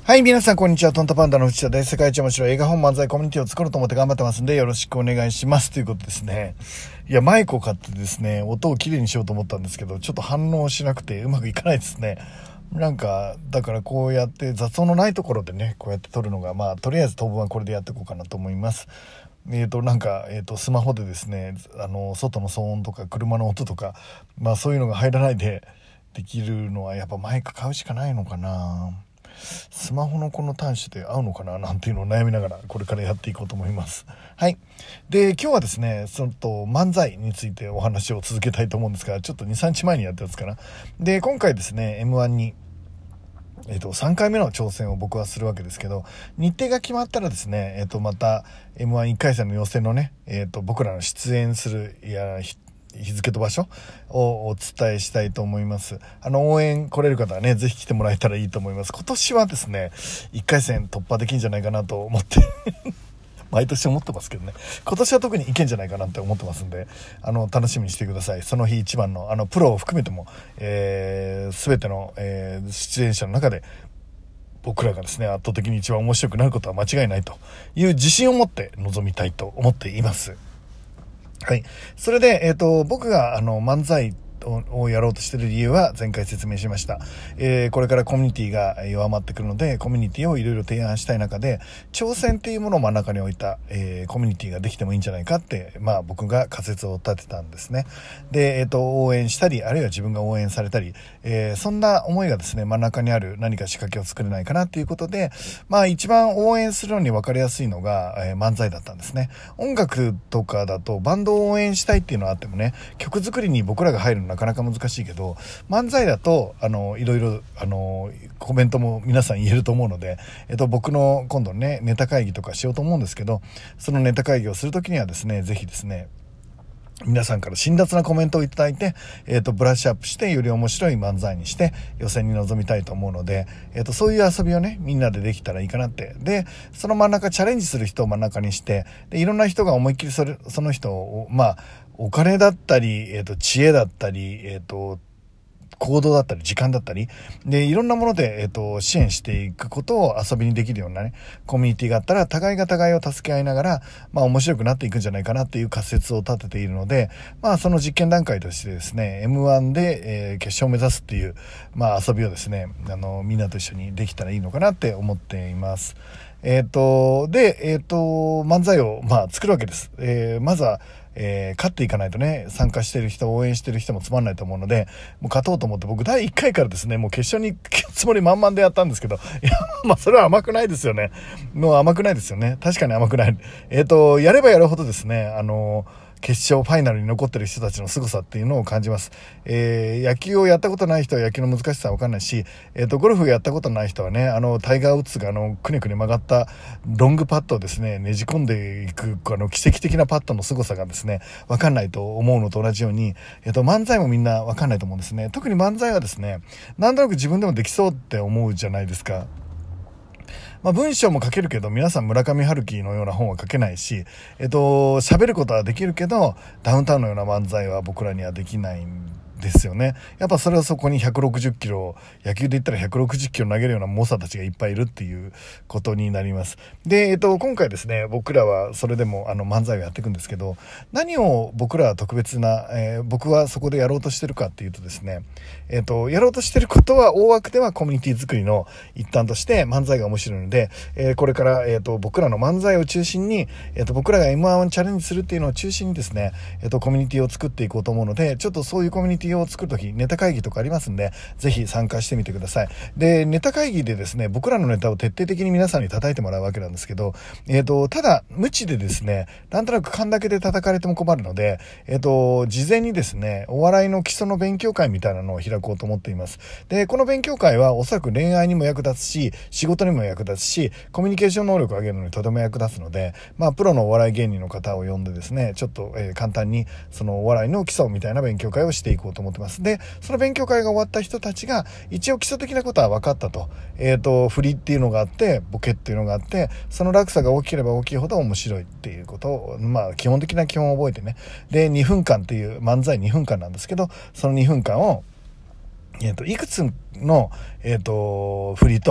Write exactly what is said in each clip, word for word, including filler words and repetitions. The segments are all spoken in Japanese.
はい、皆さんこんにちは。トントパンダの藤田です。世界一面白い映画本漫才コミュニティを作ろうと思って頑張ってますんで、よろしくお願いします。ということですね。いや、マイクを買ってですね、音をきれいにしようと思ったんですけど、ちょっと反応しなくてうまくいかないですね。なんか、だからこうやって雑音のないところでね、こうやって撮るのが、まあ、とりあえず当分はこれでやっていこうかなと思います。えーと、なんか、えーと、スマホでですね、あの、外の騒音とか車の音とか、まあそういうのが入らないでできるのはやっぱマイク買うしかないのかな。スマホのこの端子で合うのかななんていうのを悩みながらこれからやっていこうと思います。はい。で、今日はですね、そのと漫才についてお話を続けたいと思うんですが、ちょっとに、さんにちまえにやったやつかな。で、今回ですね、エムワン にえーと、さんかいめの挑戦を僕はするわけですけど、日程が決まったらですね、えーと、また エムワンいっかい戦の予選のね、えーと、僕らの出演する、いや、日付と場所をお伝えしたいと思います。あの、応援来れる方はね、ぜひ来てもらえたらいいと思います。今年はですね、いっかい戦突破できるんじゃないかなと思って、毎年思ってますけどね、今年は特にいけんじゃないかなって思ってますんで、あの楽しみにしてください。その日一番のあのプロを含めても、えー、全ての、えー、出演者の中で僕らがですね圧倒的に一番面白くなることは間違いないという自信を持って臨みたいと思っています。はい。それで、えっと、僕があの漫才をやろうとしている理由は前回説明しました。えー、これからコミュニティが弱まってくるので、コミュニティをいろいろ提案したい中で、挑戦っていうものを真ん中に置いた、えー、コミュニティができてもいいんじゃないかって、まあ僕が仮説を立てたんですね。で、えっと、応援したり、あるいは自分が応援されたり、えー、そんな思いがですね、真ん中にある何か仕掛けを作れないかなっていうことで、まあ一番応援するのに分かりやすいのが、えー、漫才だったんですね。音楽とかだとバンドを応援したいっていうのはあってもね、曲作りに僕らが入るのなかなか難しいけど、漫才だとあのいろいろあのコメントも皆さん言えると思うので、えっと、僕の今度ねネタ会議とかしようと思うんですけど、そのネタ会議をするときにはですね、ぜひですね皆さんから辛辣なコメントをいただいて、えっと、ブラッシュアップしてより面白い漫才にして予選に臨みたいと思うので、えっと、そういう遊びをね、みんなでできたらいいかなって。で、その真ん中チャレンジする人を真ん中にして、で、いろんな人が思いっきりそれ、その人を、まあ、お金だったり、えっと、知恵だったり、えっと、行動だったり時間だったりでいろんなもので、えっと、支援していくことを遊びにできるようなねコミュニティがあったら、互いが互いを助け合いながら、まあ面白くなっていくんじゃないかなっていう仮説を立てているので、まあその実験段階としてですね エムワン で、えー、決勝を目指すっていう、まあ遊びをですね、あのみんなと一緒にできたらいいのかなって思っています。えっと、で、えっと、漫才を、まあ、作るわけです。えー、まずは、えー、勝っていかないとね、参加してる人、応援してる人もつまんないと思うので、もう勝とうと思って、僕だいいっかいからですね、もう決勝に行くつもり満々でやったんですけど、いや、まあ、それは甘くないですよね。もう甘くないですよね。確かに甘くない。えっと、やればやるほどですね、あのー、決勝ファイナルに残ってる人たちの凄さっていうのを感じます。えー、野球をやったことない人は野球の難しさは分かんないし、えっと、ゴルフをやったことない人はね、あの、タイガー・ウッズがあの、くねくね曲がったロングパットをですね、ねじ込んでいく、あの、奇跡的なパットの凄さがですね、分かんないと思うのと同じように、えっと、漫才もみんな分かんないと思うんですね。特に漫才はですね、なんとなく自分でもできそうって思うじゃないですか。まあ、文章も書けるけど、皆さん村上春樹のような本は書けないし、えっと、喋ることはできるけど、ダウンタウンのような漫才は僕らにはできないんですよね。やっぱそれはそこにひゃくろくじゅっキロ、野球で言ったらひゃくろくじゅっキロ投げるような猛者たちがいっぱいいるっていうことになります。で、えっと、今回ですね、僕らはそれでもあの漫才をやっていくんですけど、何を僕らは特別な、えー、僕はそこでやろうとしてるかっていうとですね、えっと、やろうとしてることは大枠ではコミュニティ作りの一端として漫才が面白いので、えー、これから、えっと、僕らの漫才を中心に、えっと、僕らが エムワン にチャレンジするっていうのを中心にですね、えっと、コミュニティを作っていこうと思うので、ちょっとそういうコミュニティを作るとき、ネタ会議とかありますんで、ぜひ参加してみてください。で、ネタ会議でですね、僕らのネタを徹底的に皆さんに叩いてもらうわけなんですけど、えっと、ただ、無知でですね、なんとなく勘だけで叩かれても困るので、えっと、事前にですね、お笑いの基礎の勉強会みたいなのを開こうと思っています。で、この勉強会はおそらく恋愛にも役立つし、仕事にも役立つし、コミュニケーション能力を上げるのにとても役立つので、まあ、プロのお笑い芸人の方を呼んでですね、ちょっと、えー、簡単にそのお笑いの基礎みたいな勉強会をしていこうと思ってます。で、その勉強会が終わった人たちが、一応基礎的なことは分かったと。えっと、振りっていうのがあって、ボケっていうのがあって、その落差が大きければ大きいほど面白いっていうことを、まあ、基本的な基本を覚えてね。で、にふんかんっていう漫才にふんかんなんですけど、そのにふんかんを、えっと、いくつの、えっと、振りと、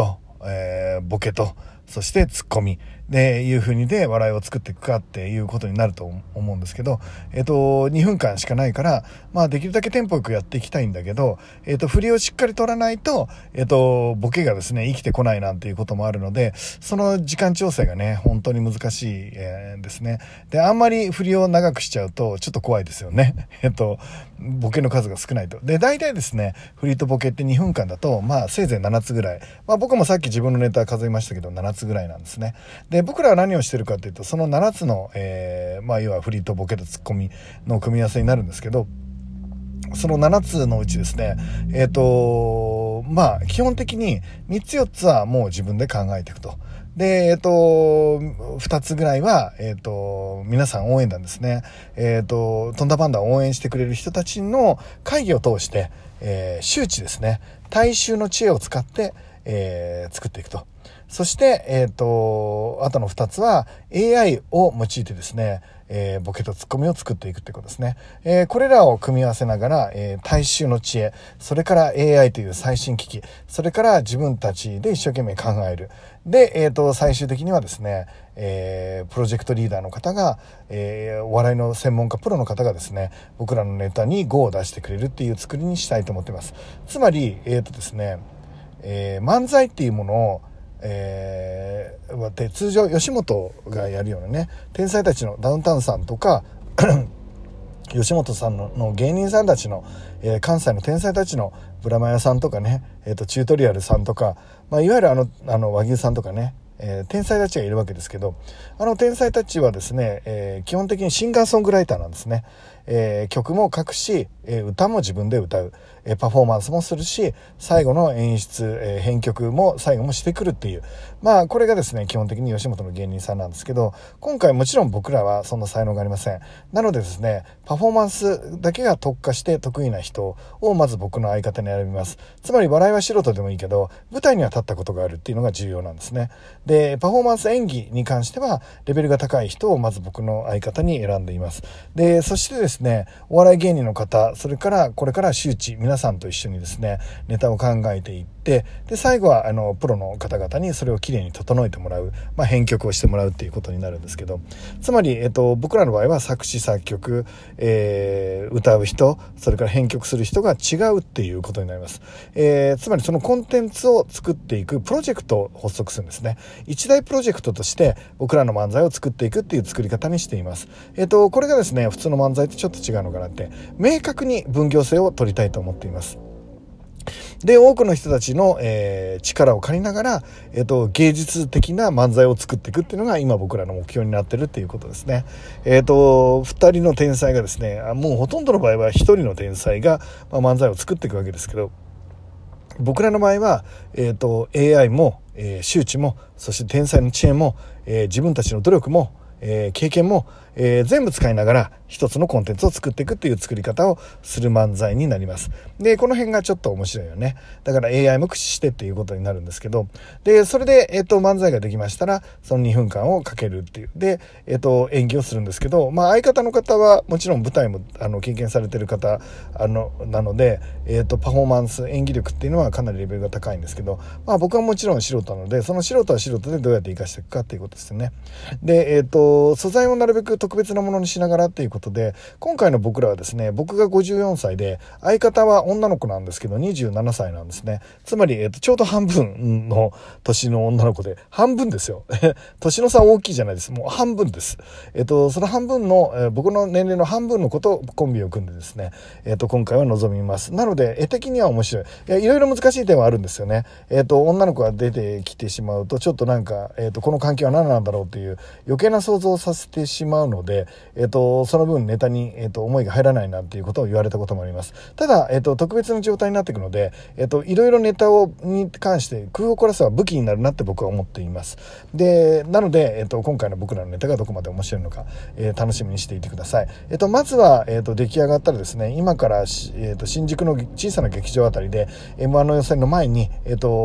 えー、ボケと、そしてツッコミでいう風にで笑いを作っていくかっていうことになると思うんですけど、えっと、にふんかんしかないから、まあできるだけテンポよくやっていきたいんだけど、えっと、振りをしっかり取らないと、えっと、ボケがですね、生きてこないなんていうこともあるので、その時間調整がね、本当に難しい、えー、ですね。で、あんまり振りを長くしちゃうと、ちょっと怖いですよね。えっと、ボケの数が少ないと。で、大体ですね、振りとボケってにふんかんだと、まあせいぜいななつぐらい。まあ僕もさっき自分のネタ数えましたけど、ななつぐらいなんですね。で、僕らは何をしてるかっていうと、そのななつの、えー、まあ要はフリーとボケとツッコミの組み合わせになるんですけど、そのななつのうちですね、えっと、まあ基本的にみっつよっつはもう自分で考えていくと。で、えっと、二つぐらいは、えっと、皆さん応援団ですね。えっと、とんだパンダを応援してくれる人たちの会議を通して、えー、周知ですね。大衆の知恵を使って、えー、作っていくと。そして、えっと、あとの二つは エーアイ を用いてですね、えー、ボケとツッコミを作っていくってことですね。えー、これらを組み合わせながら、えー、大衆の知恵、それから エーアイ という最新機器、それから自分たちで一生懸命考える。で、えっと、最終的にはですね、えー、プロジェクトリーダーの方が、えー、お笑いの専門家、プロの方がですね、僕らのネタにゴーを出してくれるっていう作りにしたいと思っています。つまり、えっとですね、えー、漫才っていうものをえー、で通常吉本がやるようなね、天才たちのダウンタウンさんとか吉本さん の, の芸人さんたちの、えー、関西の天才たちのブラマヨさんとかね、えー、とチュートリアルさんとか、まあ、いわゆるあのあの和牛さんとかね、えー、天才たちがいるわけですけど、あの天才たちはですね、えー、基本的にシンガーソングライターなんですね。えー、曲も書くし、えー、歌も自分で歌う、えー、パフォーマンスもするし、最後の演出、えー、編曲も最後もしてくるっていう、まあこれがですね基本的に吉本の芸人さんなんですけど、今回もちろん僕らはそんな才能がありません。なのでですね、パフォーマンスだけが特化して得意な人をまず僕の相方に選びます。つまり笑いは素人でもいいけど舞台には立ったことがあるっていうのが重要なんですね。で、パフォーマンス演技に関してはレベルが高い人をまず僕の相方に選んでいます。で、そしてですね、お笑い芸人の方、それからこれから周知皆さんと一緒にですねネタを考えていって、で最後はあのプロの方々にそれをきれいに整えてもらう、まあ、編曲をしてもらうっていうことになるんですけど、つまり、えっと、僕らの場合は作詞作曲、えー、歌う人、それから編曲する人が違うっていうことになります。えー、つまりそのコンテンツを作っていくプロジェクトを発足するんですね。一大プロジェクトとして僕らの漫才を作っていくっていう作り方にしています。えっと、これがですね普通の漫才とちょっと違うのかなって、明確に分業制を取りたいと思っています。で、多くの人たちの、えー、力を借りながら、えっと、芸術的な漫才を作っていくっていうのが今僕らの目標になってるっていうことですね。えっと、二人の天才がですね、もうほとんどの場合は一人の天才が、まあ、漫才を作っていくわけですけど、僕らの場合は、えっと、エーアイ も、えー、周知も、そして天才の知恵も、えー、自分たちの努力も、えー、経験も、えー、全部使いながら一つのコンテンツを作っていくっていう作り方をする漫才になります。で、この辺がちょっと面白いよね。だから エーアイ も駆使してっていうことになるんですけど、で、それで、えっと、漫才ができましたら、そのにふんかんをかけるっていう。で、えっと、演技をするんですけど、まあ、相方の方はもちろん舞台も、あの、経験されてる方、あの、なので、えっと、パフォーマンス、演技力っていうのはかなりレベルが高いんですけど、まあ、僕はもちろん素人なので、その素人は素人でどうやって活かしていくかっていうことですよね。で、えっと、素材をなるべく特別なものにしながらっていうことで、今回の僕らはですね、僕がごじゅうよんさいで、相方は女の子なんですけどにじゅうななさいなんですね。つまり、えっと、ちょうど半分の年の女の子で、半分ですよ。年の差大きいじゃないです。もう半分です。えっと、その半分の、えー、僕の年齢の半分の子とコンビを組んでですね、えっと、今回は臨みます。なので、絵的には面白い。いや、いろいろ難しい点はあるんですよね。えっと、女の子が出てきてしまうと、ちょっとなんか、えっと、この環境は何なんだろうっていう余計な想像をさせてしまうので、えっと、その分ネタに、えっと、思いが入らないなっていうことを言われたこともあります。ただ、えっと、特別な状態になっていくので、えっと、いろいろネタをに関して工夫を凝らせば武器になるなって僕は思っています。で、なので、えっと、今回の僕らのネタがどこまで面白いのか、えー、楽しみにしていてください。えっと、まずは、えっと、出来上がったらですね、今から、えっと、新宿の小さな劇場あたりで エムワン の予選の前に、えっと、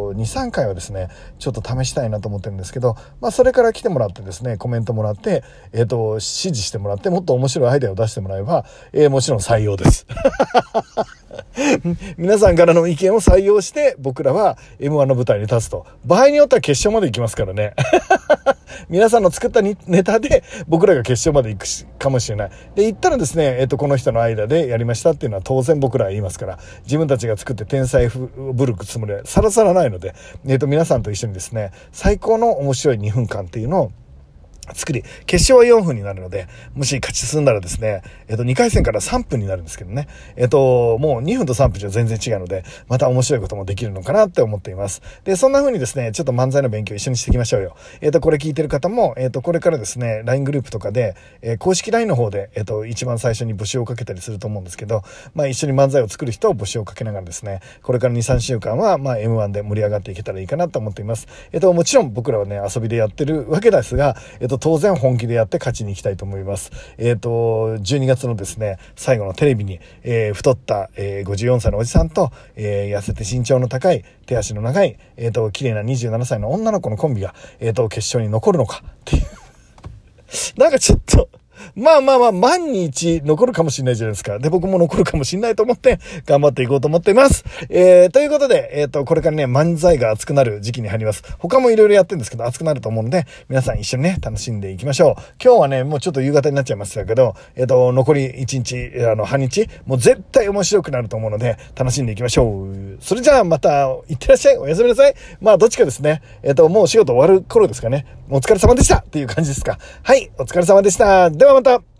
と、に、さんかいはですね、ちょっと試したいなと思ってるんですけど、まあ、それから来てもらってですね、コメントもらって、えっと、指示してもらって、もっと面白いアイデアを出してもらえば、えー、もちろん採用です。皆さんからの意見を採用して、僕らは エムワン の舞台に立つと。場合によっては決勝まで行きますからね。皆さんの作ったネタで僕らが決勝まで行くかもしれない。で、行ったらですね、えっと、この人の間でやりましたっていうのは当然僕らは言いますから、自分たちが作って天才ぶるつもりはさらさらないので、えっと、皆さんと一緒にですね、最高の面白いにふんかんっていうのを作り、決勝はよんぷんになるので、もし勝ち進んだらですね、えっと、にかい戦からさんぷんになるんですけどね、えっと、もうにふんとさんぷんじゃ全然違うので、また面白いこともできるのかなって思っています。で、そんな風にですね、ちょっと漫才の勉強一緒にしていきましょうよ。えっと、これ聞いてる方も、えっと、これからですね、ライン グループとかで、えー、公式 ライン の方で、えっと、一番最初に募集をかけたりすると思うんですけど、まあ、一緒に漫才を作る人を募集をかけながらですね、これからに、さんしゅうかんは、まあ、エムワン で盛り上がっていけたらいいかなと思っています。えっと、もちろん僕らはね、遊びでやってるわけですが、えっと、当然本気でやって勝ちに行きたいと思います。えっと、じゅうにがつのですね、最後のテレビに、えー、太った、えー、ごじゅうよんさいのおじさんと、えー、痩せて身長の高い、手足の長い、えっと、綺麗なにじゅうななさいの女の子のコンビが、えっと、決勝に残るのかっていう。なんかちょっと、まあまあまあ、万に一残るかもしれないじゃないですか。で、僕も残るかもしれないと思って、頑張っていこうと思っています。えー、ということで、えっと、これからね、漫才が熱くなる時期に入ります。他もいろいろやってるんですけど、熱くなると思うので、皆さん一緒にね、楽しんでいきましょう。今日はね、もうちょっと夕方になっちゃいましたけど、えっと、残りいちにち、あの、半日、もう絶対面白くなると思うので、楽しんでいきましょう。それじゃあ、また、いってらっしゃい。おやすみなさい。まあ、どっちかですね。えっと、もう仕事終わる頃ですかね。お疲れ様でしたっていう感じですか。はい、お疲れ様でした。ではまた。